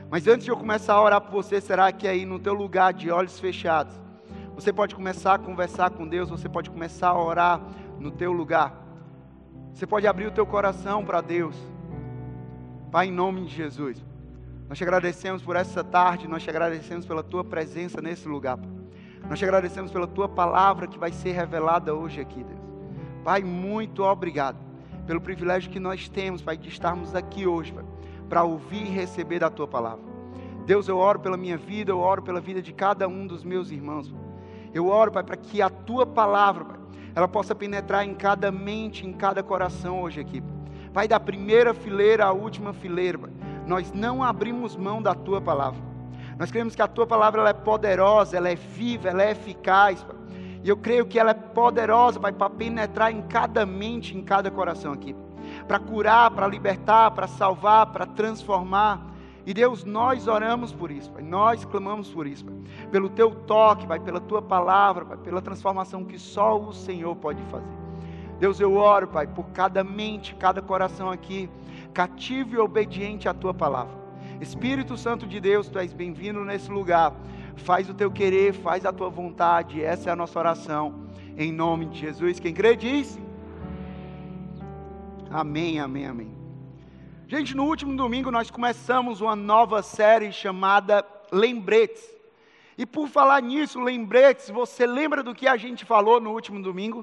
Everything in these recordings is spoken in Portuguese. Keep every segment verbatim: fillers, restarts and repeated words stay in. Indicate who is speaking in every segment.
Speaker 1: Mas antes de eu começar a orar por você, será que aí no teu lugar de olhos fechados, você pode começar a conversar com Deus, você pode começar a orar no teu lugar. Você pode abrir o teu coração para Deus. Pai, em nome de Jesus, nós te agradecemos por essa tarde, nós te agradecemos pela tua presença nesse lugar, Pai. Nós te agradecemos pela tua palavra que vai ser revelada hoje aqui, Deus. Pai, muito obrigado pelo privilégio que nós temos, Pai, de estarmos aqui hoje, Pai, para ouvir e receber da tua palavra. Deus, eu oro pela minha vida, eu oro pela vida de cada um dos meus irmãos. Eu oro, Pai, para que a tua palavra, Pai, ela possa penetrar em cada mente, em cada coração hoje aqui. Pai, da primeira fileira à última fileira, Pai, nós não abrimos mão da tua palavra. Nós cremos que a tua palavra ela é poderosa, ela é viva, ela é eficaz, Pai. E eu creio que ela é poderosa, Pai, para penetrar em cada mente, em cada coração aqui. Para curar, para libertar, para salvar, para transformar. E Deus, nós oramos por isso, Pai. Nós clamamos por isso, Pai. Pelo teu toque, Pai, pela tua palavra, Pai, pela transformação que só o Senhor pode fazer. Deus, eu oro, Pai, por cada mente, cada coração aqui, cativo e obediente à tua palavra. Espírito Santo de Deus, tu és bem-vindo nesse lugar. Faz o teu querer, faz a tua vontade. Essa é a nossa oração, em nome de Jesus. Quem crê diz amém, amém, amém. Gente, no último domingo nós começamos uma nova série chamada Lembretes. E por falar nisso, lembretes, você lembra do que a gente falou no último domingo?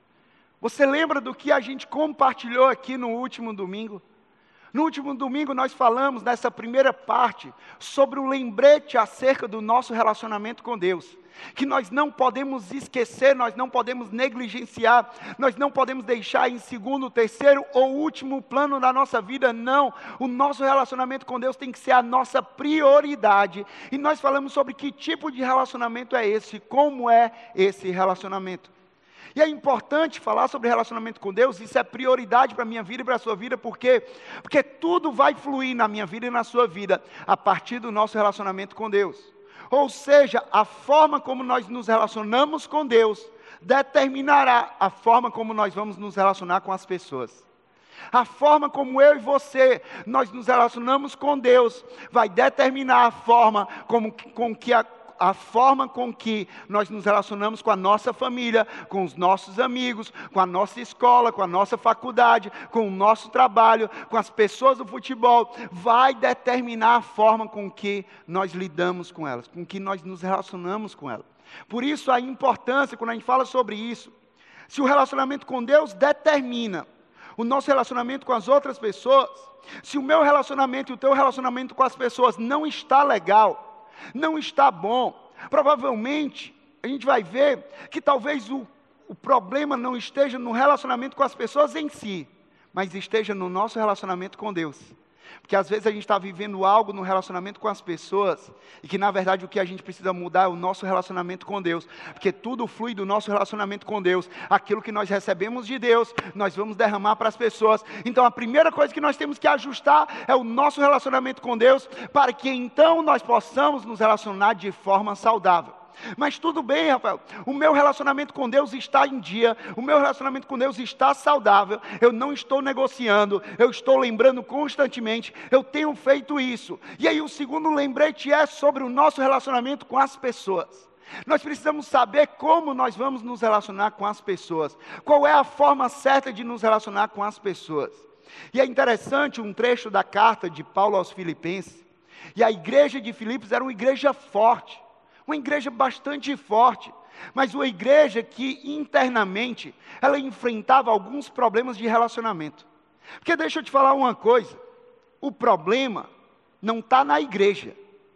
Speaker 1: Você lembra do que a gente compartilhou aqui no último domingo? No último domingo nós falamos nessa primeira parte sobre o lembrete acerca do nosso relacionamento com Deus. Que nós não podemos esquecer, nós não podemos negligenciar, nós não podemos deixar em segundo, terceiro ou último plano da nossa vida, não. O nosso relacionamento com Deus tem que ser a nossa prioridade. E nós falamos sobre que tipo de relacionamento é esse, como é esse relacionamento. E é importante falar sobre relacionamento com Deus, isso é prioridade para a minha vida e para a sua vida, por quê? Porque tudo vai fluir na minha vida e na sua vida, a partir do nosso relacionamento com Deus. Ou seja, a forma como nós nos relacionamos com Deus, determinará a forma como nós vamos nos relacionar com as pessoas. A forma como eu e você, nós nos relacionamos com Deus, vai determinar a forma como, com que a a forma com que nós nos relacionamos com a nossa família, com os nossos amigos, com a nossa escola, com a nossa faculdade, com o nosso trabalho, com as pessoas do futebol, vai determinar a forma com que nós lidamos com elas, com que nós nos relacionamos com elas. Por isso a importância, quando a gente fala sobre isso, se o relacionamento com Deus determina o nosso relacionamento com as outras pessoas, se o meu relacionamento e o teu relacionamento com as pessoas não está legal, não está bom, provavelmente a gente vai ver que talvez o, o problema não esteja no relacionamento com as pessoas em si, mas esteja no nosso relacionamento com Deus. Porque às vezes a gente está vivendo algo no relacionamento com as pessoas, e que na verdade o que a gente precisa mudar é o nosso relacionamento com Deus, porque tudo flui do nosso relacionamento com Deus. Aquilo que nós recebemos de Deus, nós vamos derramar para as pessoas. Então a primeira coisa que nós temos que ajustar é o nosso relacionamento com Deus, para que então nós possamos nos relacionar de forma saudável. Mas tudo bem, Rafael, o meu relacionamento com Deus está em dia, o meu relacionamento com Deus está saudável, eu não estou negociando, eu estou lembrando constantemente, eu tenho feito isso. E aí o segundo lembrete é sobre o nosso relacionamento com as pessoas. Nós precisamos saber como nós vamos nos relacionar com as pessoas, qual é a forma certa de nos relacionar com as pessoas. E é interessante um trecho da carta de Paulo aos Filipenses, e a igreja de Filipos era uma igreja forte, uma igreja bastante forte, mas uma igreja que internamente ela enfrentava alguns problemas de relacionamento. Porque deixa eu te falar uma coisa, o problema não está na igreja,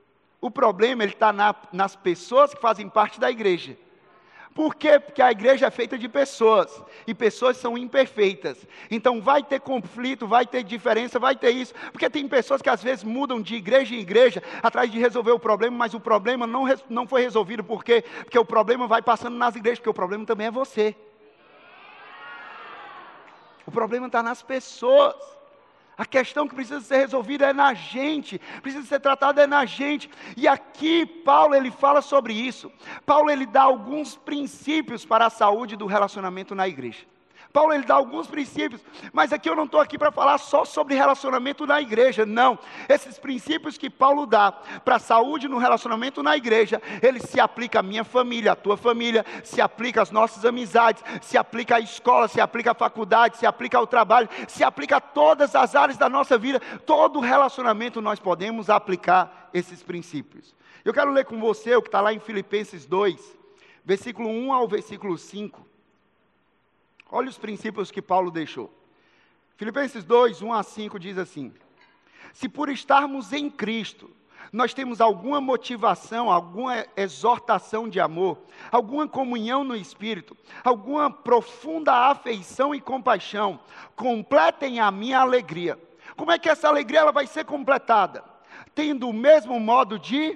Speaker 1: o problema ele está na, nas pessoas que fazem parte da igreja. Por quê? Porque a igreja é feita de pessoas, e pessoas são imperfeitas. Então vai ter conflito, vai ter diferença, vai ter isso. Porque tem pessoas que às vezes mudam de igreja em igreja, atrás de resolver o problema, mas o problema não, não foi resolvido. Por quê? Porque o problema vai passando nas igrejas, porque o problema também é você. O problema está nas pessoas. A questão que precisa ser resolvida é na gente, precisa ser tratada é na gente. E aqui Paulo ele fala sobre isso. Paulo ele dá alguns princípios para a saúde do relacionamento na igreja. Paulo ele dá alguns princípios, mas aqui eu não estou aqui para falar só sobre relacionamento na igreja, não. Esses princípios que Paulo dá para a saúde no relacionamento na igreja, ele se aplica à minha família, à tua família, se aplica às nossas amizades, se aplica à escola, se aplica à faculdade, se aplica ao trabalho, se aplica a todas as áreas da nossa vida. Todo relacionamento nós podemos aplicar esses princípios. Eu quero ler com você o que está lá em Filipenses dois, versículo um ao versículo cinco. Olha os princípios que Paulo deixou. Filipenses dois, um a cinco diz assim: se por estarmos em Cristo, nós temos alguma motivação, alguma exortação de amor, alguma comunhão no Espírito, alguma profunda afeição e compaixão, completem a minha alegria. Como é que essa alegria ela vai ser completada? Tendo o mesmo modo de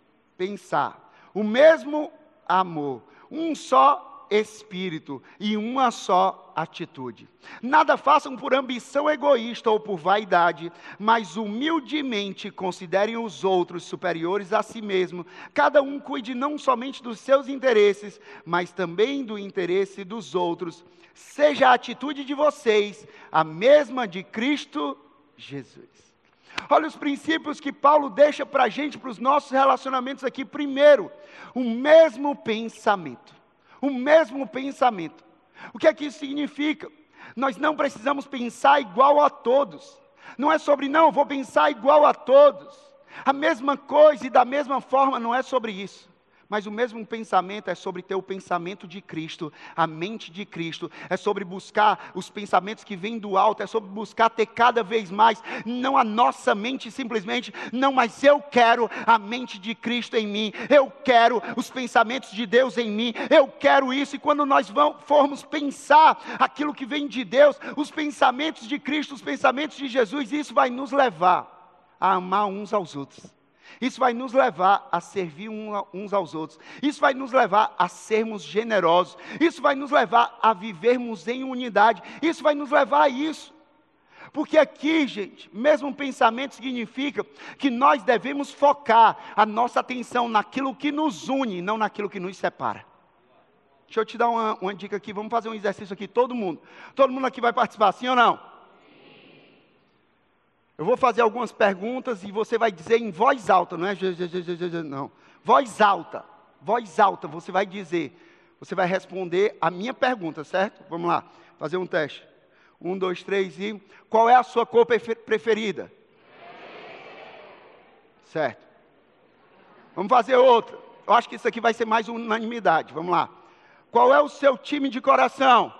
Speaker 1: pensar, o mesmo amor, um só Espírito e uma só atitude. Nada façam por ambição egoísta ou por vaidade, mas humildemente considerem os outros superiores a si mesmo. Cada um cuide não somente dos seus interesses, mas também do interesse dos outros. Seja a atitude de vocês a mesma de Cristo Jesus. Olha os princípios que Paulo deixa para a gente, para os nossos relacionamentos aqui. Primeiro, o mesmo pensamento. O mesmo pensamento. O que é que isso significa? Nós não precisamos pensar igual a todos. Não é sobre, não, vou pensar igual a todos. A mesma coisa e da mesma forma, não é sobre isso. Mas o mesmo pensamento é sobre ter o pensamento de Cristo, a mente de Cristo. É sobre buscar os pensamentos que vêm do alto. É sobre buscar ter cada vez mais, não a nossa mente simplesmente, não, mas eu quero a mente de Cristo em mim. Eu quero os pensamentos de Deus em mim. Eu quero isso. E quando nós vamos, formos pensar aquilo que vem de Deus, os pensamentos de Cristo, os pensamentos de Jesus, isso vai nos levar a amar uns aos outros. Isso vai nos levar a servir uns aos outros. Isso vai nos levar a sermos generosos. Isso vai nos levar a vivermos em unidade. Isso vai nos levar a isso. Porque aqui, gente, mesmo pensamento significa que nós devemos focar a nossa atenção naquilo que nos une, não naquilo que nos separa. Deixa eu te dar uma, uma dica aqui. Vamos fazer um exercício aqui, todo mundo. Todo mundo aqui vai participar, sim ou não? Eu vou fazer algumas perguntas e você vai dizer em voz alta, não é? Não. Voz alta. Voz alta, você vai dizer. Você vai responder a minha pergunta, certo? Vamos lá, fazer um teste. Um, dois, três e... Qual é a sua cor preferida? Certo. Vamos fazer outra. Eu acho que isso aqui vai ser mais unanimidade. Vamos lá. Qual é o seu time de coração?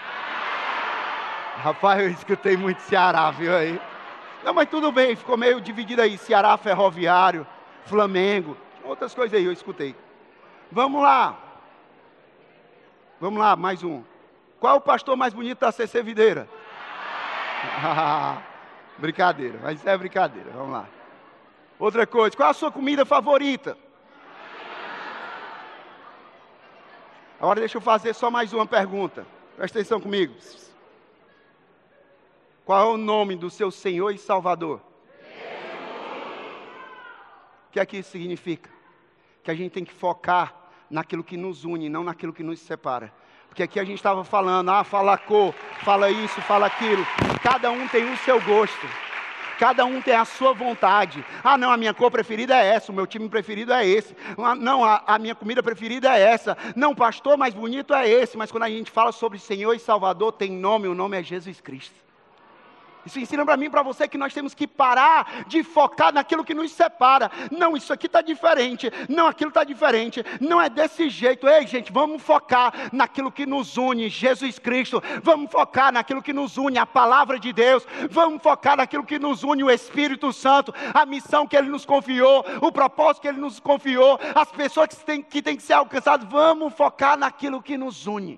Speaker 1: Rapaz, eu escutei muito Ceará, viu aí? Não, mas tudo bem, ficou meio dividido aí, Ceará, Ferroviário, Flamengo, outras coisas aí, eu escutei. Vamos lá. Vamos lá, mais um. Qual é o pastor mais bonito da C C Videira? Brincadeira, mas é brincadeira, vamos lá. Outra coisa, qual é a sua comida favorita? Agora deixa eu fazer só mais uma pergunta. Presta atenção comigo. Qual é o nome do seu Senhor e Salvador? O que é que isso significa? Que a gente tem que focar naquilo que nos une, não naquilo que nos separa. Porque aqui a gente estava falando, ah, fala cor, fala isso, fala aquilo. Cada um tem o seu gosto. Cada um tem a sua vontade. Ah, não, a minha cor preferida é essa, o meu time preferido é esse. Ah, não, a, a minha comida preferida é essa. Não, o pastor mais bonito é esse. Mas quando a gente fala sobre Senhor e Salvador, tem nome, o nome é Jesus Cristo. Isso ensina para mim e para você que nós temos que parar de focar naquilo que nos separa. Não, isso aqui está diferente. Não, aquilo está diferente. Não é desse jeito. Ei, gente, vamos focar naquilo que nos une, Jesus Cristo. Vamos focar naquilo que nos une, a palavra de Deus. Vamos focar naquilo que nos une, o Espírito Santo. A missão que Ele nos confiou, o propósito que Ele nos confiou, as pessoas que têm que, têm que ser alcançadas. Vamos focar naquilo que nos une.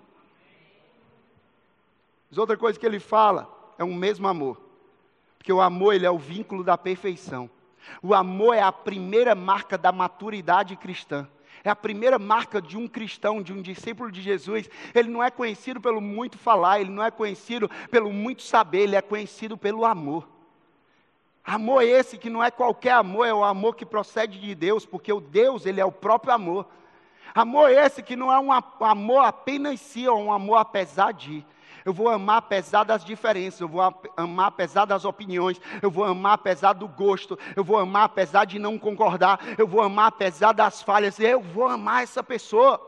Speaker 1: Mas outra coisa que Ele fala é o mesmo amor. Porque o amor, ele é o vínculo da perfeição. O amor é a primeira marca da maturidade cristã. É a primeira marca de um cristão, de um discípulo de Jesus. Ele não é conhecido pelo muito falar, ele não é conhecido pelo muito saber, ele é conhecido pelo amor. Amor esse que não é qualquer amor, é o amor que procede de Deus, porque o Deus, ele é o próprio amor. Amor esse que não é um amor apenas si, ou um amor apesar de. Eu vou amar apesar das diferenças, eu vou amar apesar das opiniões, eu vou amar apesar do gosto, eu vou amar apesar de não concordar, eu vou amar apesar das falhas, eu vou amar essa pessoa.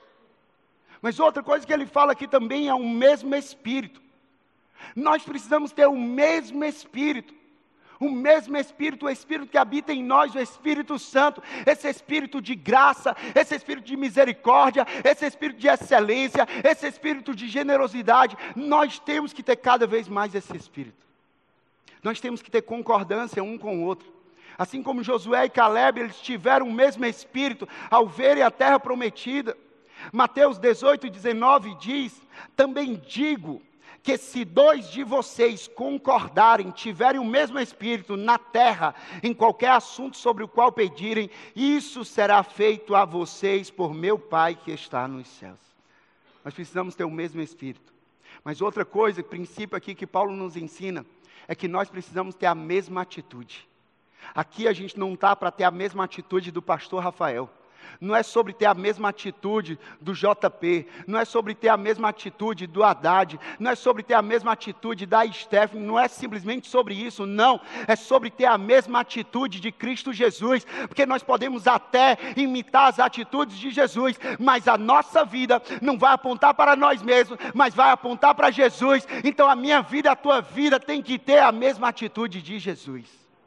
Speaker 1: Mas outra coisa que ele fala aqui também é o mesmo Espírito. Nós precisamos ter o mesmo Espírito. O mesmo Espírito, o Espírito que habita em nós, o Espírito Santo, esse Espírito de graça, esse Espírito de misericórdia, esse Espírito de excelência, esse Espírito de generosidade. Nós temos que ter cada vez mais esse Espírito. Nós temos que ter concordância um com o outro. Assim como Josué e Caleb, eles tiveram o mesmo Espírito ao verem a terra prometida. Mateus dezoito, dezenove diz: também digo que se dois de vocês concordarem, tiverem o mesmo Espírito na terra, em qualquer assunto sobre o qual pedirem, isso será feito a vocês por meu Pai que está nos céus. Nós precisamos ter o mesmo Espírito. Mas outra coisa, princípio aqui que Paulo nos ensina, é que nós precisamos ter a mesma atitude. Aqui a gente não está para ter a mesma atitude do pastor Rafael. Não é sobre ter a mesma atitude do J P, não é sobre ter a mesma atitude do Haddad, não é sobre ter a mesma atitude da Stephanie, não é simplesmente sobre isso, não. É sobre ter a mesma atitude de Cristo Jesus, porque nós podemos até imitar as atitudes de Jesus, mas a nossa vida não vai apontar para nós mesmos, mas vai apontar para Jesus. Então a minha vida e a tua vida tem que ter a mesma atitude de Jesus.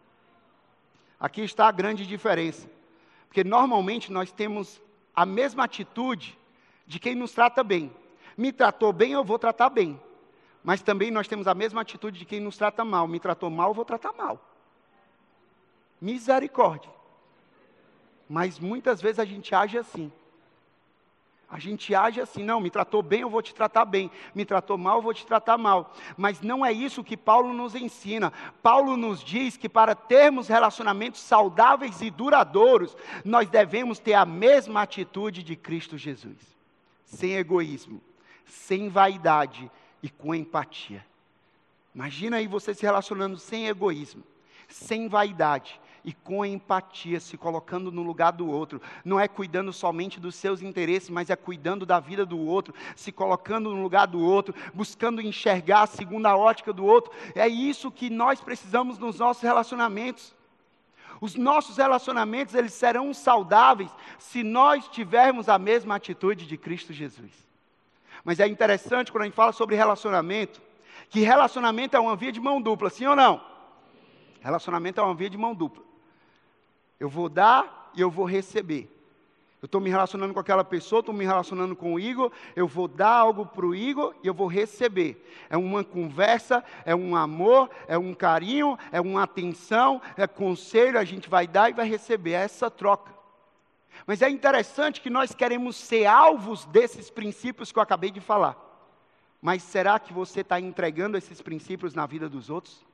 Speaker 1: Aqui está a grande diferença. Porque normalmente nós temos a mesma atitude de quem nos trata bem. Me tratou bem, eu vou tratar bem. Mas também nós temos a mesma atitude de quem nos trata mal. Me tratou mal, eu vou tratar mal. Misericórdia. Mas muitas vezes a gente age assim. A gente age assim, não, me tratou bem, eu vou te tratar bem. Me tratou mal, eu vou te tratar mal. Mas não é isso que Paulo nos ensina. Paulo nos diz que para termos relacionamentos saudáveis e duradouros, nós devemos ter a mesma atitude de Cristo Jesus. Sem egoísmo, sem vaidade e com empatia. Imagina aí você se relacionando sem egoísmo, sem vaidade e com empatia, se colocando no lugar do outro. Não é cuidando somente dos seus interesses, mas é cuidando da vida do outro, se colocando no lugar do outro, buscando enxergar segundo a ótica do outro. É isso que nós precisamos nos nossos relacionamentos. Os nossos relacionamentos, eles serão saudáveis se nós tivermos a mesma atitude de Cristo Jesus. Mas é interessante quando a gente fala sobre relacionamento, que relacionamento é uma via de mão dupla, sim ou não? Relacionamento é uma via de mão dupla. Eu vou dar e eu vou receber. Eu estou me relacionando com aquela pessoa, estou me relacionando com o Igor, eu vou dar algo para o Igor e eu vou receber. É uma conversa, é um amor, é um carinho, é uma atenção, é conselho, a gente vai dar e vai receber, é essa troca. Mas é interessante que nós queremos ser alvos desses princípios que eu acabei de falar. Mas será que você está entregando esses princípios na vida dos outros?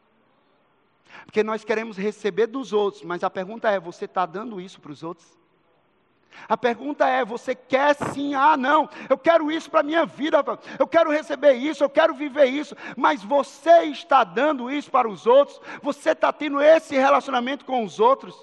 Speaker 1: Porque nós queremos receber dos outros, mas a pergunta é, você está dando isso para os outros? A pergunta é, você quer sim, ah não, eu quero isso para a minha vida, eu quero receber isso, eu quero viver isso, mas você está dando isso para os outros? Você está tendo esse relacionamento com os outros?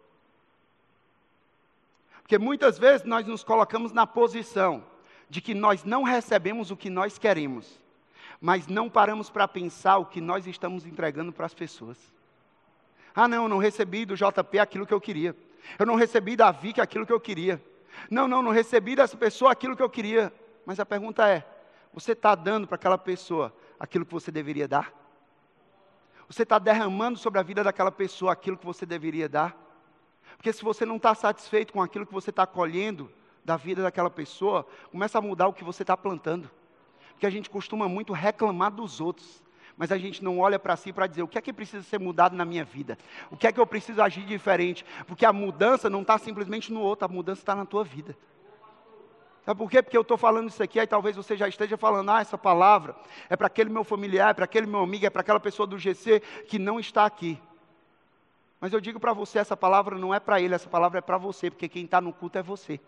Speaker 1: Porque muitas vezes nós nos colocamos na posição de que nós não recebemos o que nós queremos, mas não paramos para pensar o que nós estamos entregando para as pessoas. Ah não, eu não recebi do J P aquilo que eu queria. Eu não recebi da Vicky aquilo que eu queria. Não, não, não recebi dessa pessoa aquilo que eu queria. Mas a pergunta é, você está dando para aquela pessoa aquilo que você deveria dar? Você está derramando sobre a vida daquela pessoa aquilo que você deveria dar? Porque se você não está satisfeito com aquilo que você está colhendo da vida daquela pessoa, começa a mudar o que você está plantando. Porque a gente costuma muito reclamar dos outros, mas a gente não olha para si para dizer, o que é que precisa ser mudado na minha vida? O que é que eu preciso agir diferente? Porque a mudança não está simplesmente no outro, a mudança está na tua vida. Sabe por quê? Porque eu estou falando isso aqui, aí talvez você já esteja falando, ah, essa palavra é para aquele meu familiar, é para aquele meu amigo, é para aquela pessoa do G C que não está aqui. Mas eu digo para você, essa palavra não é para ele, essa palavra é para você, porque quem está no culto é você.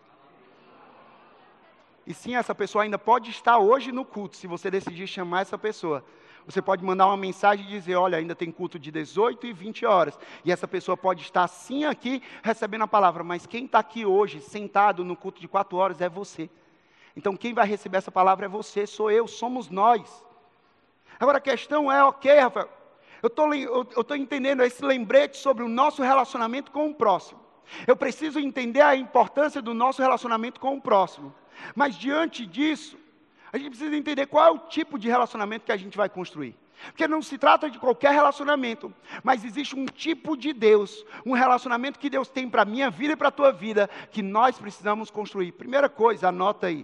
Speaker 1: E sim, essa pessoa ainda pode estar hoje no culto, se você decidir chamar essa pessoa. Você pode mandar uma mensagem e dizer, olha, ainda tem culto de dezoito e vinte horas. E essa pessoa pode estar sim aqui, recebendo a palavra. Mas quem está aqui hoje, sentado no culto de quatro horas, é você. Então quem vai receber essa palavra é você, sou eu, somos nós. Agora a questão é, ok, Rafael, eu estou eu, eu tô entendendo esse lembrete sobre o nosso relacionamento com o próximo. Eu preciso entender a importância do nosso relacionamento com o próximo. Mas diante disso, a gente precisa entender qual é o tipo de relacionamento que a gente vai construir. Porque não se trata de qualquer relacionamento, mas existe um tipo de Deus, um relacionamento que Deus tem para a minha vida e para a tua vida, que nós precisamos construir. Primeira coisa, anota aí.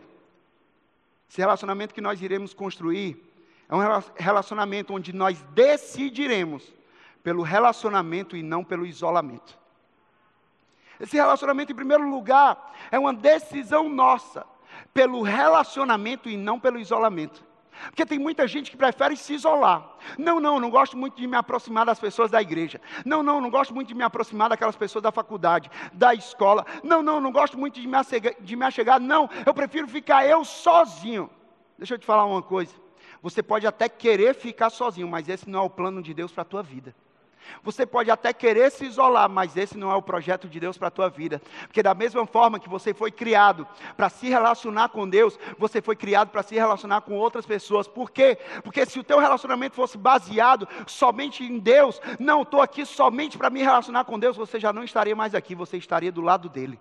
Speaker 1: Esse relacionamento que nós iremos construir é um relacionamento onde nós decidiremos pelo relacionamento e não pelo isolamento. Esse relacionamento, em primeiro lugar, é uma decisão nossa, pelo relacionamento e não pelo isolamento. Porque tem muita gente que prefere se isolar. Não, não, não gosto muito de me aproximar das pessoas da igreja. Não, não, não gosto muito de me aproximar daquelas pessoas da faculdade, da escola. Não, não, não gosto muito de me achegar. De me achegar. Não, eu prefiro ficar eu sozinho. Deixa eu te falar uma coisa. Você pode até querer ficar sozinho, mas esse não é o plano de Deus para a tua vida. Você pode até querer se isolar, mas esse não é o projeto de Deus para a tua vida. Porque da mesma forma que você foi criado para se relacionar com Deus, você foi criado para se relacionar com outras pessoas. Por quê? Porque se o teu relacionamento fosse baseado somente em Deus, não, estou aqui somente para me relacionar com Deus, você já não estaria mais aqui, você estaria do lado dele.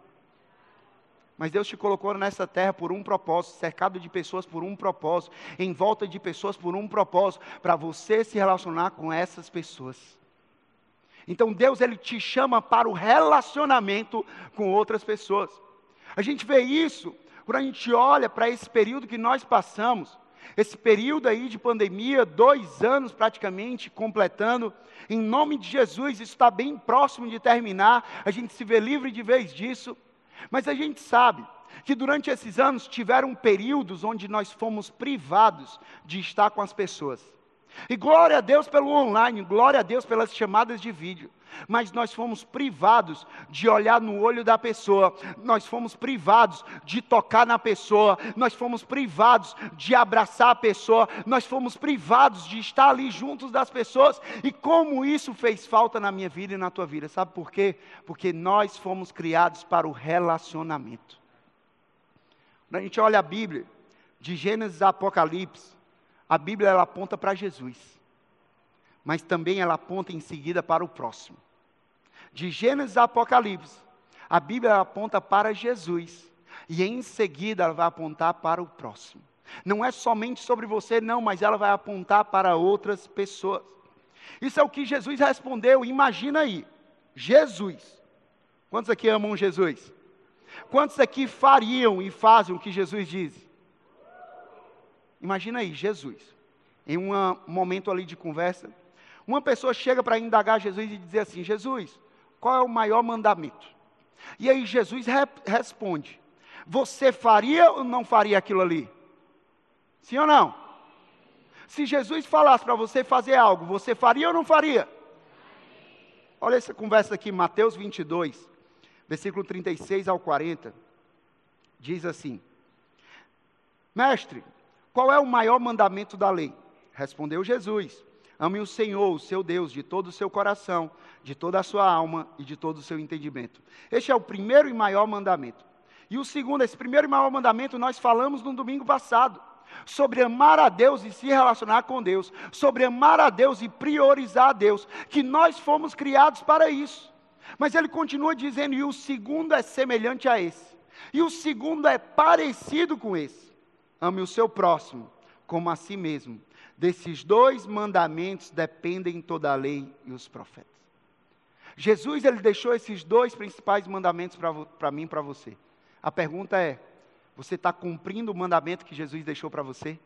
Speaker 1: Mas Deus te colocou nessa terra por um propósito, cercado de pessoas por um propósito, em volta de pessoas por um propósito, para você se relacionar com essas pessoas. Então Deus, Ele te chama para o relacionamento com outras pessoas. A gente vê isso, quando a gente olha para esse período que nós passamos, esse período aí de pandemia, dois anos praticamente completando, em nome de Jesus, isso está bem próximo de terminar, a gente se vê livre de vez disso, mas a gente sabe que durante esses anos tiveram períodos onde nós fomos privados de estar com as pessoas. E glória a Deus pelo online, glória a Deus pelas chamadas de vídeo. Mas nós fomos privados de olhar no olho da pessoa. Nós fomos privados de tocar na pessoa. Nós fomos privados de abraçar a pessoa. Nós fomos privados de estar ali juntos das pessoas. E como isso fez falta na minha vida e na tua vida. Sabe por quê? Porque nós fomos criados para o relacionamento. Quando a gente olha a Bíblia, de Gênesis a Apocalipse, a Bíblia ela aponta para Jesus, mas também ela aponta em seguida para o próximo. De Gênesis a Apocalipse, a Bíblia ela aponta para Jesus, e em seguida ela vai apontar para o próximo. Não é somente sobre você não, mas ela vai apontar para outras pessoas. Isso é o que Jesus respondeu, imagina aí, Jesus. Quantos aqui amam Jesus? Quantos aqui fariam e fazem o que Jesus diz? Imagina aí, Jesus, em um momento ali de conversa, uma pessoa chega para indagar Jesus e dizer assim, Jesus, qual é o maior mandamento? E aí Jesus re- responde, você faria ou não faria aquilo ali? Sim ou não? Se Jesus falasse para você fazer algo, você faria ou não faria? Olha essa conversa aqui, Mateus vinte e dois, versículo trinta e seis ao quarenta, diz assim, mestre, qual é o maior mandamento da lei? Respondeu Jesus, ame o Senhor, o seu Deus, de todo o seu coração, de toda a sua alma e de todo o seu entendimento. Este é o primeiro e maior mandamento. E o segundo, esse primeiro e maior mandamento, nós falamos no domingo passado, sobre amar a Deus e se relacionar com Deus, sobre amar a Deus e priorizar a Deus, que nós fomos criados para isso. Mas ele continua dizendo, e o segundo é semelhante a esse, e o segundo é parecido com esse. Ame o seu próximo, como a si mesmo. Desses dois mandamentos dependem toda a lei e os profetas. Jesus, ele deixou esses dois principais mandamentos para mim e para você. A pergunta é, você está cumprindo o mandamento que Jesus deixou para você?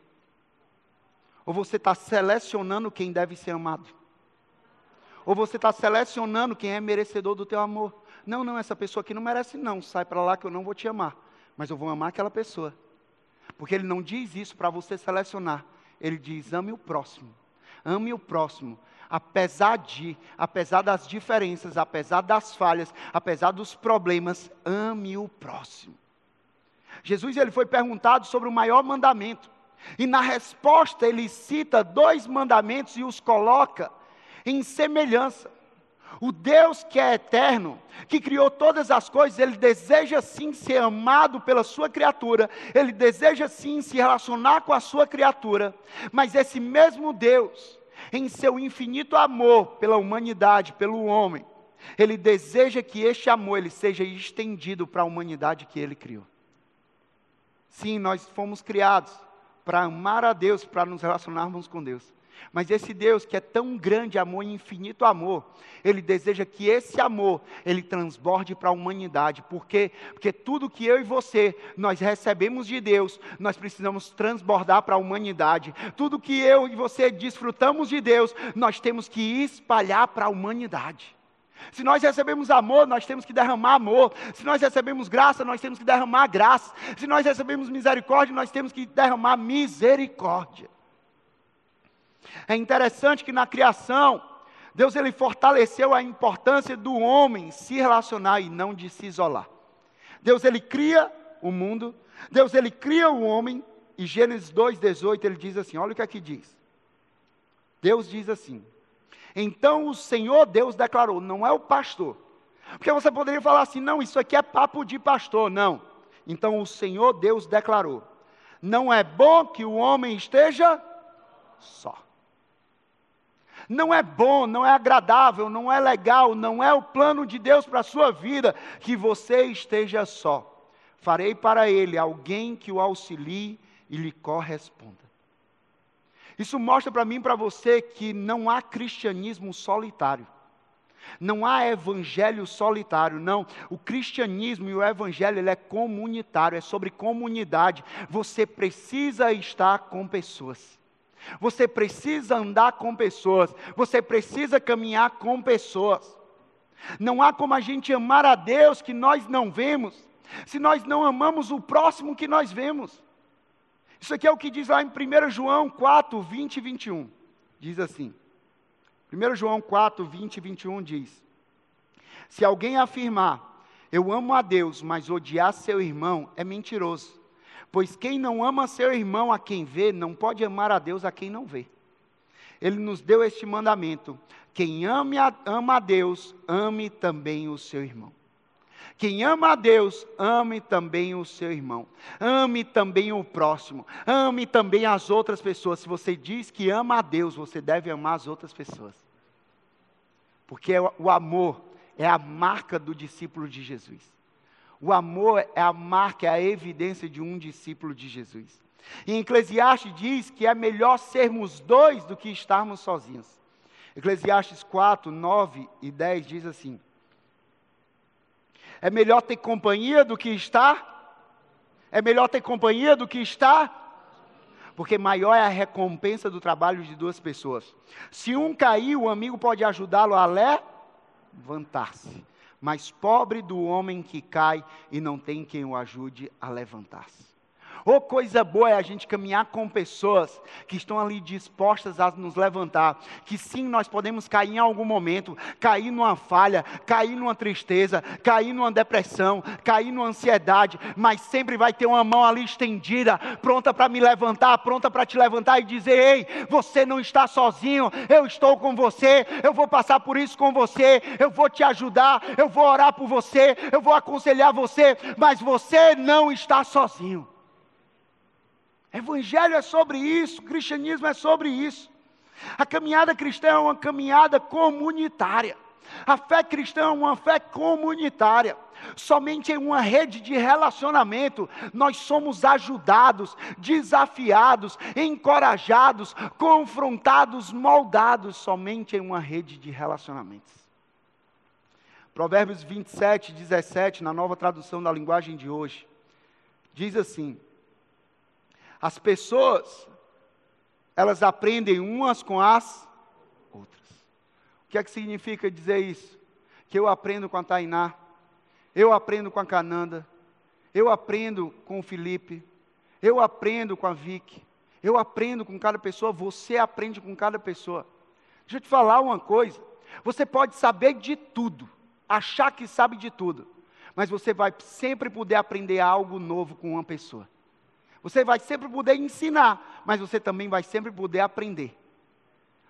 Speaker 1: Ou você está selecionando quem deve ser amado? Ou você está selecionando quem é merecedor do teu amor? Não, não, essa pessoa aqui não merece não, sai para lá que eu não vou te amar. Mas eu vou amar aquela pessoa. Porque ele não diz isso para você selecionar. Ele diz, ame o próximo. Ame o próximo. Apesar de, apesar das diferenças, apesar das falhas, apesar dos problemas, ame o próximo. Jesus ele foi perguntado sobre o maior mandamento. E na resposta ele cita dois mandamentos e os coloca em semelhança. O Deus que é eterno, que criou todas as coisas, Ele deseja sim ser amado pela sua criatura, Ele deseja sim se relacionar com a sua criatura, mas esse mesmo Deus, em seu infinito amor pela humanidade, pelo homem, Ele deseja que este amor ele seja estendido para a humanidade que Ele criou. Sim, nós fomos criados para amar a Deus, para nos relacionarmos com Deus. Mas esse Deus que é tão grande amor, infinito amor, Ele deseja que esse amor, Ele transborde para a humanidade. Por quê? Porque tudo que eu e você, nós recebemos de Deus, nós precisamos transbordar para a humanidade. Tudo que eu e você desfrutamos de Deus, nós temos que espalhar para a humanidade. Se nós recebemos amor, nós temos que derramar amor. Se nós recebemos graça, nós temos que derramar graça. Se nós recebemos misericórdia, nós temos que derramar misericórdia. É interessante que na criação, Deus ele fortaleceu a importância do homem se relacionar e não de se isolar. Deus ele cria o mundo, Deus ele cria o homem, e Gênesis dois, dezoito, ele diz assim, olha o que aqui diz. Deus diz assim, então o Senhor Deus declarou, não é o pastor. Porque você poderia falar assim, não, isso aqui é papo de pastor, não. Então o Senhor Deus declarou, não é bom que o homem esteja só. Não é bom, não é agradável, não é legal, não é o plano de Deus para a sua vida que você esteja só. Farei para ele alguém que o auxilie e lhe corresponda. Isso mostra para mim e para você que não há cristianismo solitário. Não há evangelho solitário, não. O cristianismo e o evangelho ele é comunitário, é sobre comunidade. Você precisa estar com pessoas. Você precisa andar com pessoas, você precisa caminhar com pessoas. Não há como a gente amar a Deus que nós não vemos, se nós não amamos o próximo que nós vemos. Isso aqui é o que diz lá em primeiro João quatro, vinte e vinte e um. Diz assim, primeiro João quatro, vinte e vinte e um diz, se alguém afirmar, eu amo a Deus, mas odiar seu irmão, é mentiroso. Pois quem não ama seu irmão a quem vê, não pode amar a Deus a quem não vê. Ele nos deu este mandamento, quem ame a, ama a Deus, ame também o seu irmão. Quem ama a Deus, ame também o seu irmão. Ame também o próximo. Ame também as outras pessoas. Se você diz que ama a Deus, você deve amar as outras pessoas. Porque o amor é a marca do discípulo de Jesus. O amor é a marca, é a evidência de um discípulo de Jesus. E em Eclesiastes diz que é melhor sermos dois do que estarmos sozinhos. Eclesiastes quatro, nove e dez diz assim, é melhor ter companhia do que estar? É melhor ter companhia do que estar? Porque maior é a recompensa do trabalho de duas pessoas. Se um cair, o amigo pode ajudá-lo a levantar-se. Mas pobre do homem que cai e não tem quem o ajude a levantar-se. Oh, coisa boa é a gente caminhar com pessoas que estão ali dispostas a nos levantar. Que sim, nós podemos cair em algum momento, cair numa falha, cair numa tristeza, cair numa depressão, cair numa ansiedade, mas sempre vai ter uma mão ali estendida, pronta para me levantar, pronta para te levantar e dizer, ei, você não está sozinho, eu estou com você, eu vou passar por isso com você, eu vou te ajudar, eu vou orar por você, eu vou aconselhar você, mas você não está sozinho. Evangelho é sobre isso, cristianismo é sobre isso. A caminhada cristã é uma caminhada comunitária. A fé cristã é uma fé comunitária. Somente em uma rede de relacionamento nós somos ajudados, desafiados, encorajados, confrontados, moldados. Somente em uma rede de relacionamentos. Provérbios vinte e sete, dezessete, na nova tradução da linguagem de hoje, diz assim, as pessoas, elas aprendem umas com as outras. O que é que significa dizer isso? Que eu aprendo com a Tainá, eu aprendo com a Cananda, eu aprendo com o Felipe, eu aprendo com a Vicky, eu aprendo com cada pessoa, você aprende com cada pessoa. Deixa eu te falar uma coisa, você pode saber de tudo, achar que sabe de tudo, mas você vai sempre poder aprender algo novo com uma pessoa. Você vai sempre poder ensinar, mas você também vai sempre poder aprender.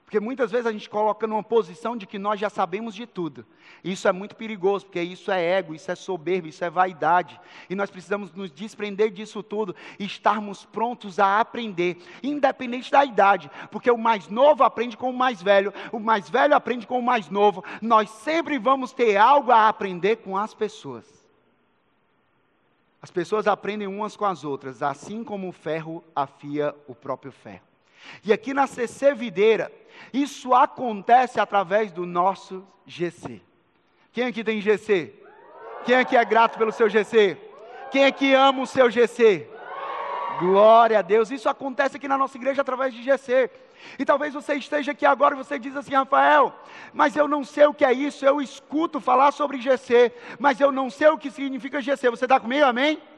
Speaker 1: Porque muitas vezes a gente coloca numa posição de que nós já sabemos de tudo. Isso é muito perigoso, porque isso é ego, isso é soberba, isso é vaidade. E nós precisamos nos desprender disso tudo e estarmos prontos a aprender, independente da idade. Porque o mais novo aprende com o mais velho, o mais velho aprende com o mais novo. Nós sempre vamos ter algo a aprender com as pessoas. As pessoas aprendem umas com as outras, assim como o ferro afia o próprio ferro. E aqui na C C Videira, isso acontece através do nosso G C. Quem aqui tem G C? Quem aqui é grato pelo seu G C? Quem aqui ama o seu G C? Glória a Deus. Isso acontece aqui na nossa igreja através de G C. E talvez você esteja aqui agora e você diz assim: Rafael, mas eu não sei o que é isso. Eu escuto falar sobre G C, mas eu não sei o que significa G C. Você está comigo? Amém? Amém.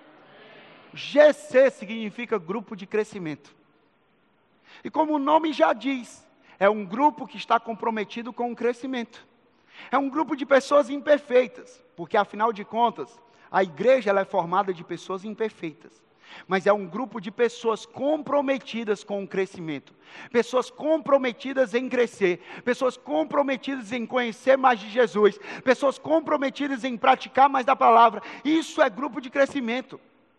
Speaker 1: G C significa grupo de crescimento. E como o nome já diz, é um grupo que está comprometido com o crescimento. É um grupo de pessoas imperfeitas, porque afinal de contas, a igreja ela é formada de pessoas imperfeitas. Mas é um grupo de pessoas comprometidas com o crescimento. Pessoas comprometidas em crescer. Pessoas comprometidas em conhecer mais de Jesus. Pessoas comprometidas em praticar mais da palavra. Isso é grupo de crescimento.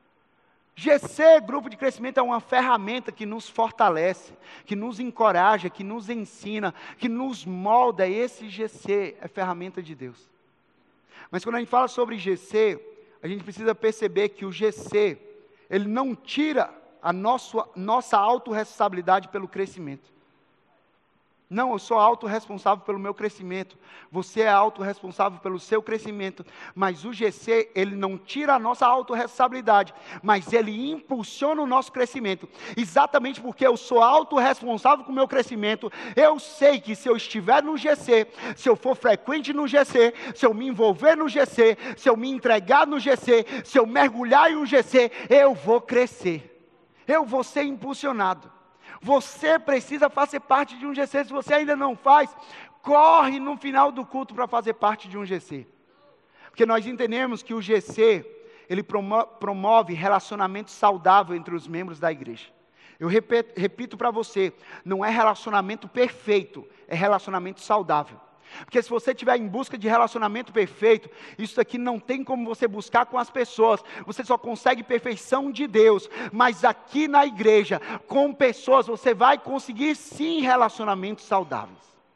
Speaker 1: G C, grupo de crescimento, é uma ferramenta que nos fortalece, que nos encoraja, que nos ensina, que nos molda. Esse G C é ferramenta de Deus. Mas quando a gente fala sobre G C, a gente precisa perceber que o G C, ele não tira a nossa, nossa autorresponsabilidade pelo crescimento. Não, eu sou autorresponsável pelo meu crescimento. Você é autorresponsável pelo seu crescimento. Mas o G C, ele não tira a nossa autorresponsabilidade, mas ele impulsiona o nosso crescimento. Exatamente porque eu sou autorresponsável com o meu crescimento. Eu sei que se eu estiver no G C, se eu for frequente no G C, se eu me envolver no G C, se eu me entregar no G C, se eu mergulhar em um G C, eu vou crescer. Eu vou ser impulsionado. Você precisa fazer parte de um G C. Se você ainda não faz, corre no final do culto para fazer parte de um G C. Porque nós entendemos que o G C, ele promove relacionamento saudável entre os membros da igreja. Eu repito, repito para você, não é relacionamento perfeito, é relacionamento saudável. Porque se você estiver em busca de relacionamento perfeito, isso aqui não tem como você buscar com as pessoas. Você só consegue perfeição de Deus. Mas aqui na igreja, com pessoas, você vai conseguir sim relacionamentos saudáveis.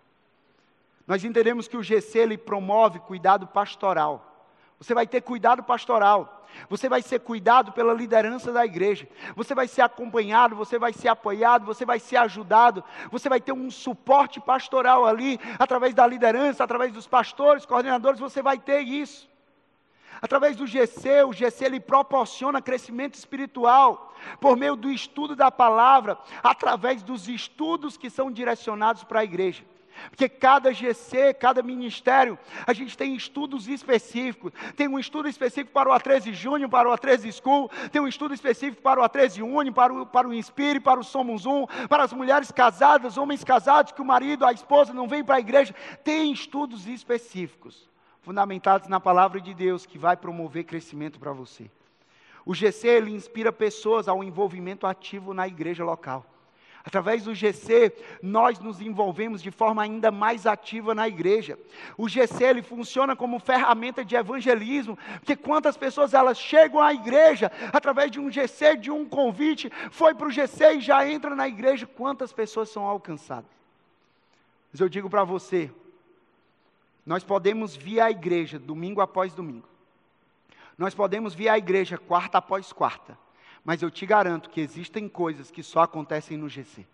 Speaker 1: Nós entendemos que o G C, ele promove cuidado pastoral. Você vai ter cuidado pastoral. Você vai ser cuidado pela liderança da igreja. Você vai ser acompanhado, você vai ser apoiado, você vai ser ajudado. Você vai ter um suporte pastoral ali, através da liderança, através dos pastores, coordenadores, você vai ter isso. Através do G C, o G C ele proporciona crescimento espiritual, por meio do estudo da palavra, através dos estudos que são direcionados para a igreja. Porque cada G C, cada ministério, a gente tem estudos específicos. Tem um estudo específico para o A treze Júnior, para o A treze School. Tem um estudo específico para o A treze Uni, para o, para o Inspire, para o Somos Um. Para as mulheres casadas, homens casados, que o marido, a esposa não vem para a igreja. Tem estudos específicos, fundamentados na palavra de Deus, que vai promover crescimento para você. O G C, ele inspira pessoas ao envolvimento ativo na igreja local. Através do G C, nós nos envolvemos de forma ainda mais ativa na igreja. O G C, ele funciona como ferramenta de evangelismo, porque quantas pessoas elas chegam à igreja, através de um G C, de um convite, foi para o G C e já entra na igreja, quantas pessoas são alcançadas. Mas eu digo para você, nós podemos vir à igreja domingo após domingo. Nós podemos vir à igreja quarta após quarta. Mas eu te garanto que existem coisas que só acontecem no G C.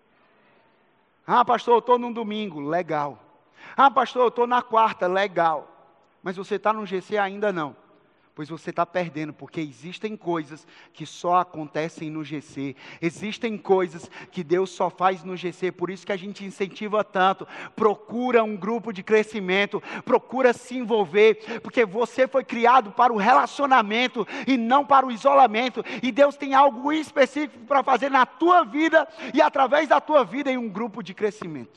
Speaker 1: Ah, pastor, eu estou num domingo, legal. Ah, pastor, eu estou na quarta, legal. Mas você está no G C ainda não. Pois você está perdendo, porque existem coisas que só acontecem no G C. Existem coisas que Deus só faz no G C, por isso que a gente incentiva tanto. Procura um grupo de crescimento, procura se envolver, porque você foi criado para o relacionamento e não para o isolamento. E Deus tem algo específico para fazer na tua vida e através da tua vida em um grupo de crescimento.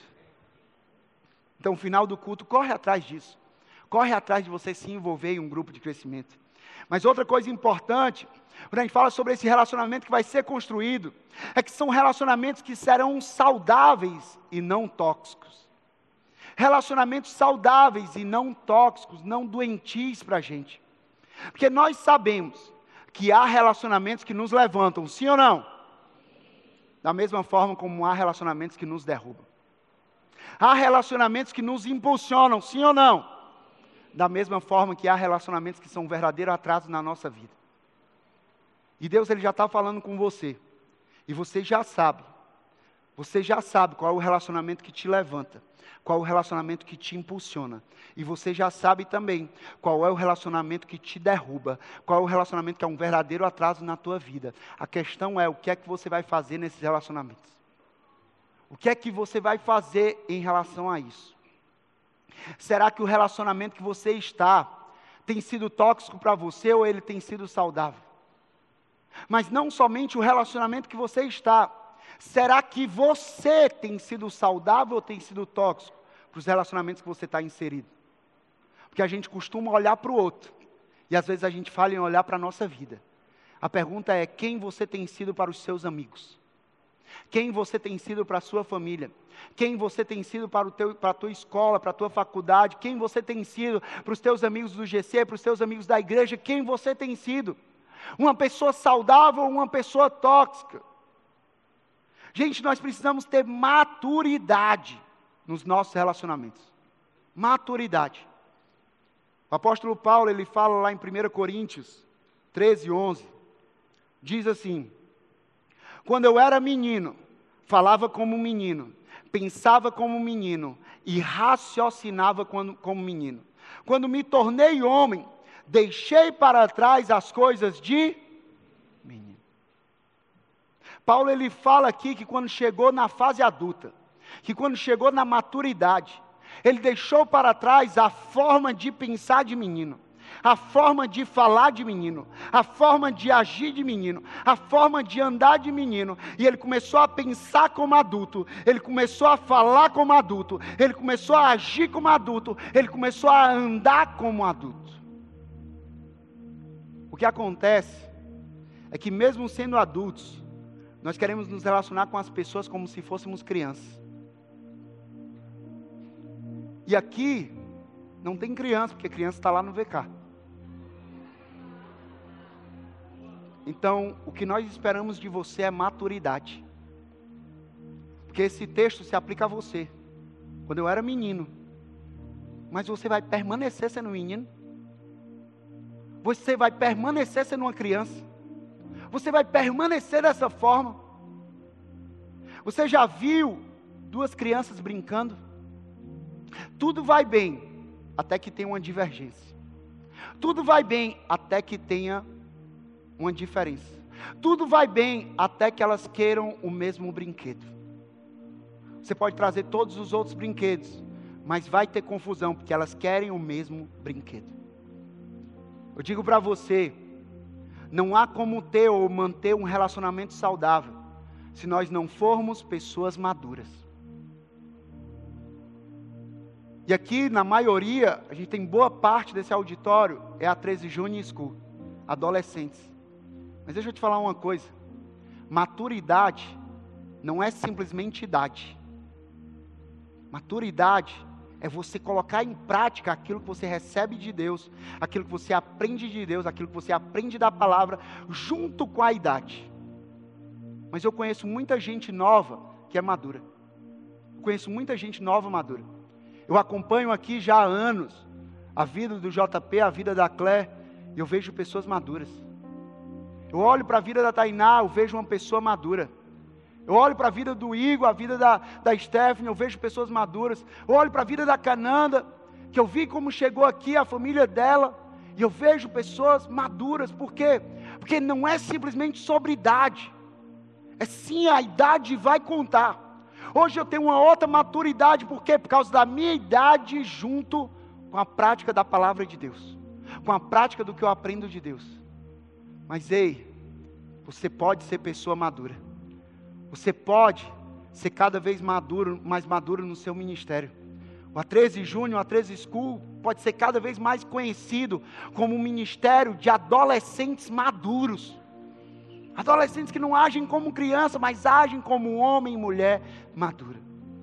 Speaker 1: Então, no final do culto, corre atrás disso. Corre atrás de você se envolver em um grupo de crescimento. Mas outra coisa importante, quando a gente fala sobre esse relacionamento que vai ser construído, é que são relacionamentos que serão saudáveis e não tóxicos. Relacionamentos saudáveis e não tóxicos, não doentios para a gente. Porque nós sabemos que há relacionamentos que nos levantam, sim ou não? Da mesma forma como há relacionamentos que nos derrubam. Há relacionamentos que nos impulsionam, sim ou não? Da mesma forma que há relacionamentos que são um verdadeiro atraso na nossa vida. E Deus ele já está falando com você. E você já sabe. Você já sabe qual é o relacionamento que te levanta. Qual é o relacionamento que te impulsiona. E você já sabe também qual é o relacionamento que te derruba. Qual é o relacionamento que é um verdadeiro atraso na tua vida. A questão é o que é que você vai fazer nesses relacionamentos. O que é que você vai fazer em relação a isso? Será que o relacionamento que você está tem sido tóxico para você ou ele tem sido saudável? Mas não somente o relacionamento que você está. Será que você tem sido saudável ou tem sido tóxico para os relacionamentos que você está inserido? Porque a gente costuma olhar para o outro. E às vezes a gente fala em olhar para a nossa vida. A pergunta é, quem você tem sido para os seus amigos? Quem você tem sido para a sua família? Quem você tem sido para, o teu, para a tua escola, para a tua faculdade? Quem você tem sido para os teus amigos do G C, para os teus amigos da igreja? Quem você tem sido? Uma pessoa saudável ou uma pessoa tóxica? Gente, nós precisamos ter maturidade nos nossos relacionamentos. Maturidade. O apóstolo Paulo, ele fala lá em primeira Coríntios treze, onze. Diz assim: quando eu era menino, falava como menino, pensava como menino e raciocinava como menino. Quando me tornei homem, deixei para trás as coisas de menino. Paulo ele fala aqui que quando chegou na fase adulta, que quando chegou na maturidade, ele deixou para trás a forma de pensar de menino, a forma de falar de menino, a forma de agir de menino, a forma de andar de menino, e ele começou a pensar como adulto, ele começou a falar como adulto, ele começou a agir como adulto, ele começou a andar como adulto. O que acontece é que mesmo sendo adultos, nós queremos nos relacionar com as pessoas como se fôssemos crianças. E aqui não tem criança, porque criança está lá no V K. Então, o que nós esperamos de você é maturidade. Porque esse texto se aplica a você. Quando eu era menino. Mas você vai permanecer sendo menino. Você vai permanecer sendo uma criança. Você vai permanecer dessa forma. Você já viu duas crianças brincando? Tudo vai bem, até que tenha uma divergência. Tudo vai bem, até que tenha uma diferença. Tudo vai bem, até que elas queiram o mesmo brinquedo. Você pode trazer todos os outros brinquedos, mas vai ter confusão, porque elas querem o mesmo brinquedo. Eu digo para você, não há como ter ou manter um relacionamento saudável, se nós não formos pessoas maduras. E aqui, na maioria, a gente tem boa parte desse auditório, é a treze Junior School, adolescentes. Mas deixa eu te falar uma coisa, maturidade não é simplesmente idade. Maturidade é você colocar em prática aquilo que você recebe de Deus, aquilo que você aprende de Deus, aquilo que você aprende da palavra, junto com a idade. Mas eu conheço muita gente nova que é madura. Eu conheço muita gente nova madura. Eu acompanho aqui já há anos a vida do J P, a vida da Claire, e eu vejo pessoas maduras. Eu olho para a vida da Tainá, eu vejo uma pessoa madura. Eu olho para a vida do Igor, a vida da, da Stephanie, eu vejo pessoas maduras. Eu olho para a vida da Cananda, que eu vi como chegou aqui a família dela, e eu vejo pessoas maduras. Por quê? Porque não é simplesmente sobre idade. É sim, a idade vai contar. Hoje eu tenho uma outra maturidade, por quê? Por causa da minha idade junto com a prática da palavra de Deus. Com a prática do que eu aprendo de Deus. Mas ei, você pode ser pessoa madura. Você pode ser cada vez maduro, mais maduro no seu ministério. O A treze Júnior, o A treze School, pode ser cada vez mais conhecido como um ministério de adolescentes maduros. Adolescentes que não agem como criança, mas agem como homem e mulher madura.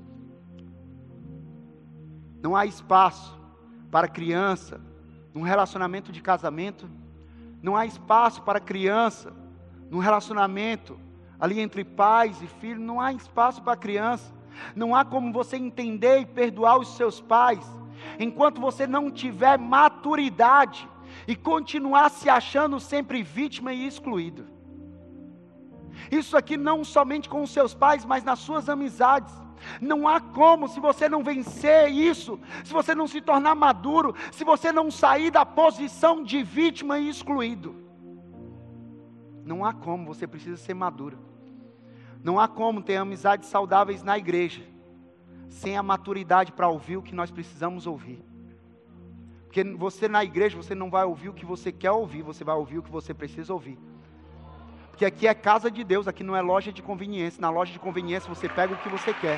Speaker 1: Não há espaço para criança num relacionamento de casamento. Não há espaço para criança num relacionamento ali entre pais e filhos. Não há espaço para criança. Não há como você entender e perdoar os seus pais enquanto você não tiver maturidade e continuar se achando sempre vítima e excluído. Isso aqui não somente com os seus pais, mas nas suas amizades. Não há como, se você não vencer isso, se você não se tornar maduro, se você não sair da posição de vítima e excluído. Não há como, você precisa ser maduro. Não há como ter amizades saudáveis na igreja, sem a maturidade para ouvir o que nós precisamos ouvir. Porque você na igreja, você não vai ouvir o que você quer ouvir, você vai ouvir o que você precisa ouvir. Porque aqui é casa de Deus, aqui não é loja de conveniência. Na loja de conveniência você pega o que você quer.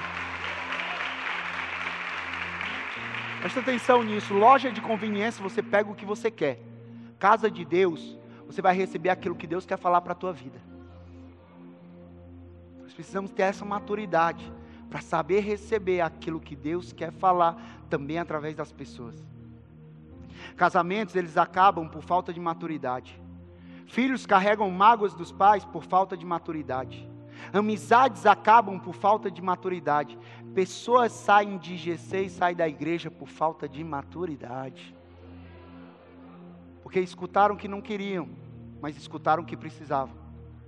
Speaker 1: Presta atenção nisso, loja de conveniência você pega o que você quer. Casa de Deus, você vai receber aquilo que Deus quer falar para a tua vida. Nós precisamos ter essa maturidade para saber receber aquilo que Deus quer falar também através das pessoas. Casamentos, eles acabam por falta de maturidade. Filhos carregam mágoas dos pais por falta de maturidade. Amizades acabam por falta de maturidade. Pessoas saem de G C e saem da igreja por falta de maturidade. Porque escutaram o que não queriam, mas escutaram o que precisavam.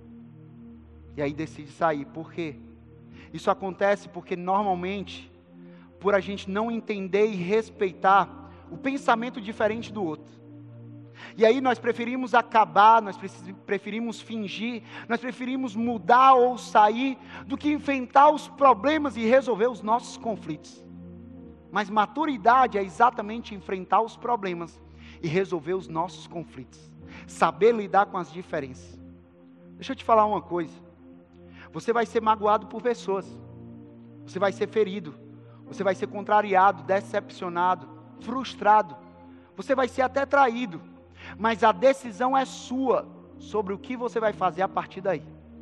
Speaker 1: E aí decide sair. Por quê? Isso acontece porque normalmente, por a gente não entender e respeitar o pensamento diferente do outro. E aí nós preferimos acabar, nós preferimos fingir, nós preferimos mudar ou sair, do que enfrentar os problemas e resolver os nossos conflitos. Mas maturidade é exatamente enfrentar os problemas e resolver os nossos conflitos. Saber lidar com as diferenças. Deixa eu te falar uma coisa. Você vai ser magoado por pessoas. Você vai ser ferido. Você vai ser contrariado, decepcionado, frustrado. Você vai ser até traído. Mas a decisão é sua sobre o que você vai fazer a partir daí.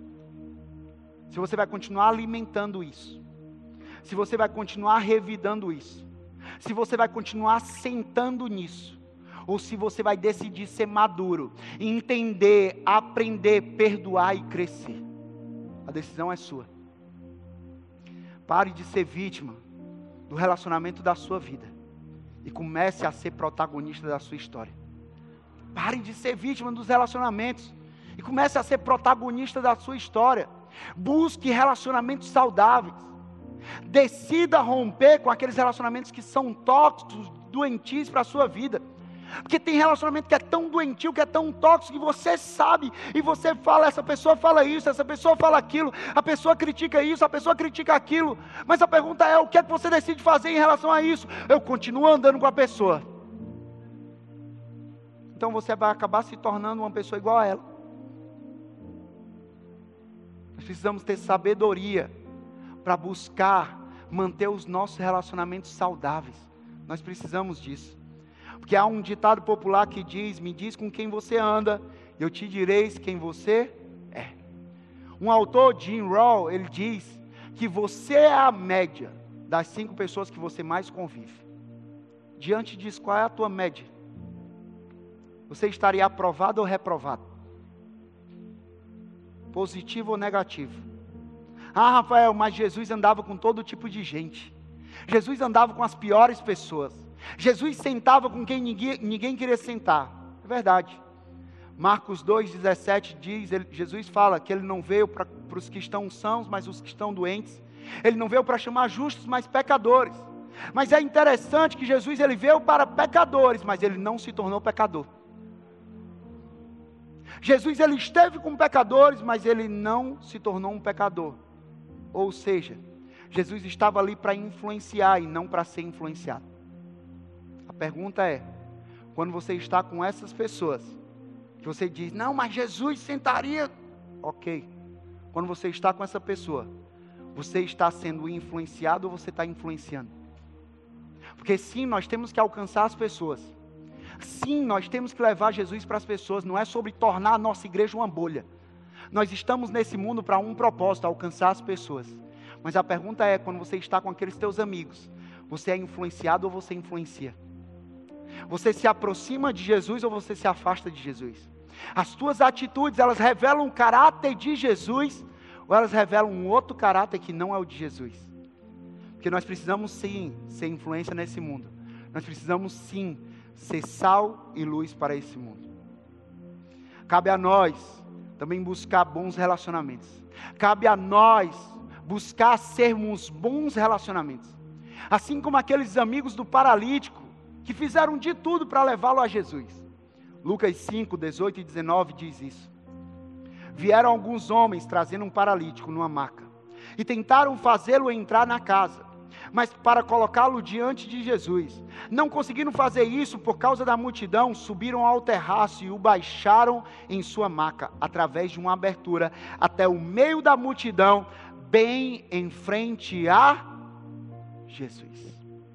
Speaker 1: Se você vai continuar alimentando isso, se você vai continuar revidando isso, se você vai continuar sentando nisso, ou se você vai decidir ser maduro, entender, aprender, perdoar e crescer. A decisão é sua. Pare de ser vítima do relacionamento da sua vida e comece a ser protagonista da sua história. Pare de ser vítima dos relacionamentos e comece a ser protagonista da sua história. Busque relacionamentos saudáveis. Decida romper com aqueles relacionamentos que são tóxicos, doentios para a sua vida. Porque tem relacionamento que é tão doentio, que é tão tóxico, que você sabe, e você fala, essa pessoa fala isso, essa pessoa fala aquilo, a pessoa critica isso, a pessoa critica aquilo. Mas a pergunta é, o que é que você decide fazer em relação a isso? Eu continuo andando com a pessoa. Então você vai acabar se tornando uma pessoa igual a ela. Nós precisamos ter sabedoria para buscar manter os nossos relacionamentos saudáveis. Nós precisamos disso. Porque há um ditado popular que diz, me diz com quem você anda, e eu te direis quem você é. Um autor, Jim Rohn, ele diz que você é a média das cinco pessoas que você mais convive. Diante disso, qual é a tua média? Você estaria aprovado ou reprovado? Positivo ou negativo? Ah, Rafael, mas Jesus andava com todo tipo de gente. Jesus andava com as piores pessoas. Jesus sentava com quem ninguém, ninguém queria sentar. É verdade. Marcos dois, dezessete diz, ele, Jesus fala que ele não veio para os que estão sãos, mas os que estão doentes. Ele não veio para chamar justos, mas pecadores. Mas é interessante que Jesus ele veio para pecadores, mas ele não se tornou pecador. Jesus ele esteve com pecadores, mas ele não se tornou um pecador. Ou seja, Jesus estava ali para influenciar e não para ser influenciado. A pergunta é, quando você está com essas pessoas, que você diz, não, mas Jesus sentaria, ok, quando você está com essa pessoa, você está sendo influenciado ou você está influenciando? Porque sim, nós temos que alcançar as pessoas. Sim, nós temos que levar Jesus para as pessoas. Não é sobre tornar a nossa igreja uma bolha. Nós estamos nesse mundo para um propósito, alcançar as pessoas. Mas a pergunta é, quando você está com aqueles teus amigos, você é influenciado ou você influencia? Você se aproxima de Jesus ou você se afasta de Jesus? As tuas atitudes, elas revelam o caráter de Jesus ou elas revelam um outro caráter que não é o de Jesus? Porque nós precisamos sim ser influência nesse mundo. Nós precisamos sim ser sal e luz para esse mundo. Cabe a nós também buscar bons relacionamentos. Cabe a nós buscar sermos bons relacionamentos. Assim como aqueles amigos do paralítico que fizeram de tudo para levá-lo a Jesus. Lucas cinco, dezoito e dezenove diz isso. Vieram alguns homens trazendo um paralítico numa maca e tentaram fazê-lo entrar na casa, mas para colocá-lo diante de Jesus. Não conseguiram fazer isso por causa da multidão, subiram ao terraço e o baixaram em sua maca, através de uma abertura, até o meio da multidão, bem em frente a Jesus.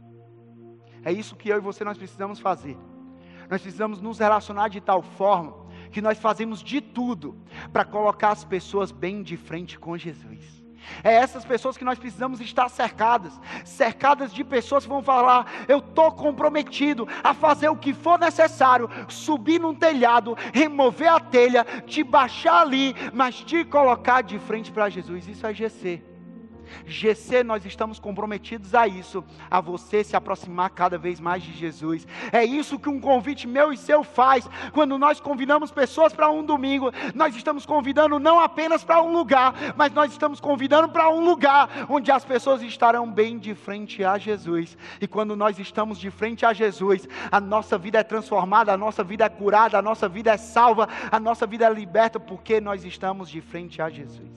Speaker 1: É isso que eu e você nós precisamos fazer. Nós precisamos nos relacionar de tal forma que nós fazemos de tudo para colocar as pessoas bem de frente com Jesus. É essas pessoas que nós precisamos estar cercadas, cercadas de pessoas que vão falar: eu estou comprometido a fazer o que for necessário, subir num telhado, remover a telha, te baixar ali, mas te colocar de frente para Jesus. Isso é G C. G C, nós estamos comprometidos a isso, a você se aproximar cada vez mais de Jesus. É isso que um convite meu e seu faz, quando nós convidamos pessoas para um domingo. Nós estamos convidando não apenas para um lugar, mas nós estamos convidando para um lugar onde as pessoas estarão bem de frente a Jesus. E quando nós estamos de frente a Jesus, a nossa vida é transformada, a nossa vida é curada, a nossa vida é salva, a nossa vida é liberta, porque nós estamos de frente a Jesus.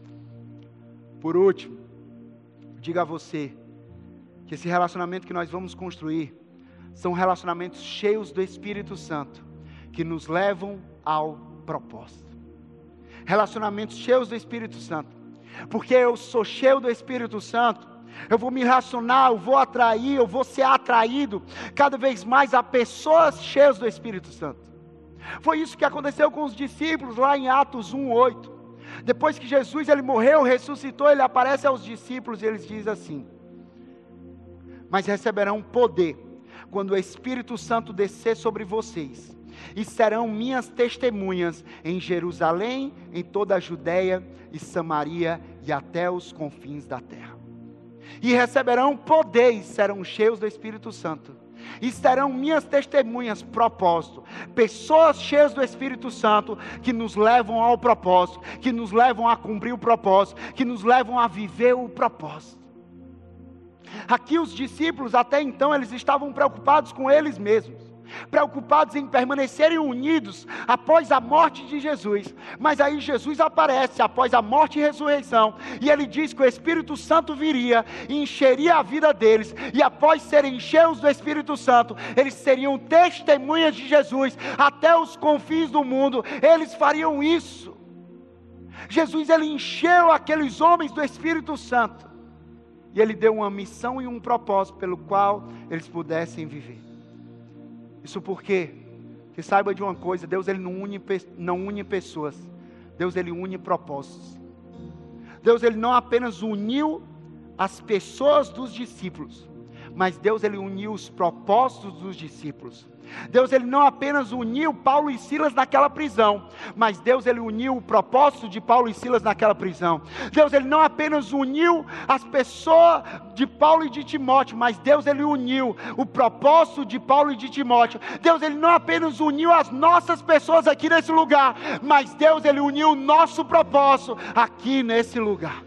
Speaker 1: Por último, diga a você que esse relacionamento que nós vamos construir são relacionamentos cheios do Espírito Santo, que nos levam ao propósito. Relacionamentos cheios do Espírito Santo, porque eu sou cheio do Espírito Santo, eu vou me relacionar, eu vou atrair, eu vou ser atraído cada vez mais a pessoas cheias do Espírito Santo. Foi isso que aconteceu com os discípulos lá em Atos um, oito. Depois que Jesus ele morreu, ressuscitou, ele aparece aos discípulos e eles diz assim: mas receberão poder quando o Espírito Santo descer sobre vocês, e serão minhas testemunhas em Jerusalém, em toda a Judeia e Samaria e até os confins da terra. E receberão poder e serão cheios do Espírito Santo. E serão minhas testemunhas, propósito, pessoas cheias do Espírito Santo, que nos levam ao propósito, que nos levam a cumprir o propósito, que nos levam a viver o propósito. Aqui os discípulos, até então, eles estavam preocupados com eles mesmos, preocupados em permanecerem unidos após a morte de Jesus. Mas aí Jesus aparece após a morte e ressurreição, e ele diz que o Espírito Santo viria e encheria a vida deles, e após serem cheios do Espírito Santo, eles seriam testemunhas de Jesus até os confins do mundo. Eles fariam isso. Jesus ele encheu aqueles homens do Espírito Santo, e ele deu uma missão e um propósito pelo qual eles pudessem viver. Isso porque, que saiba de uma coisa, Deus ele não une, não une pessoas, Deus ele une propósitos. Deus ele não apenas uniu as pessoas dos discípulos, mas Deus ele uniu os propósitos dos discípulos. Deus ele não apenas uniu Paulo e Silas naquela prisão, mas Deus ele uniu o propósito de Paulo e Silas naquela prisão. Deus ele não apenas uniu as pessoas de Paulo e de Timóteo, mas Deus ele uniu o propósito de Paulo e de Timóteo. Deus ele não apenas uniu as nossas pessoas aqui nesse lugar, mas Deus ele uniu o nosso propósito aqui nesse lugar.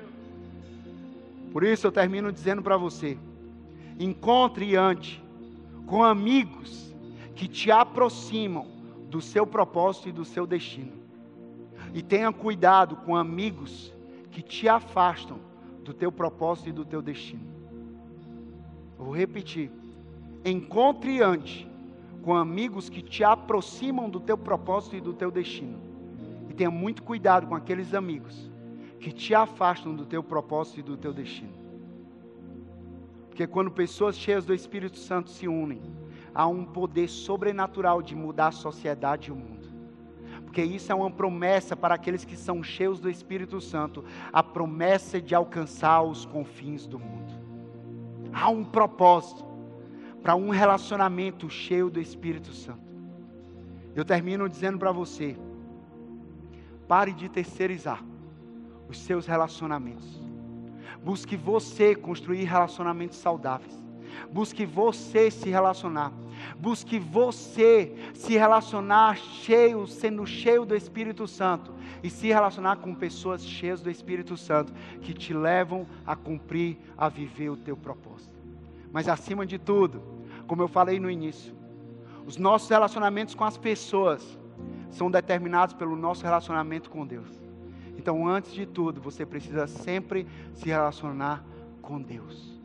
Speaker 1: Por isso eu termino dizendo para você: encontre e ande com amigos que te aproximam do seu propósito e do seu destino. E tenha cuidado com amigos que te afastam do teu propósito e do teu destino. Eu vou repetir: encontre e ande com amigos que te aproximam do teu propósito e do teu destino. E tenha muito cuidado com aqueles amigos que te afastam do teu propósito e do teu destino. Porque quando pessoas cheias do Espírito Santo se unem, há um poder sobrenatural de mudar a sociedade e o mundo. Porque isso é uma promessa para aqueles que são cheios do Espírito Santo, a promessa de alcançar os confins do mundo. Há um propósito para um relacionamento cheio do Espírito Santo. Eu termino dizendo para você, pare de terceirizar os seus relacionamentos. Busque você construir relacionamentos saudáveis. Busque você se relacionar. Busque você se relacionar cheio, sendo cheio do Espírito Santo. E se relacionar com pessoas cheias do Espírito Santo, que te levam a cumprir, a viver o teu propósito. Mas acima de tudo, como eu falei no início, os nossos relacionamentos com as pessoas são determinados pelo nosso relacionamento com Deus. Então, antes de tudo, você precisa sempre se relacionar com Deus.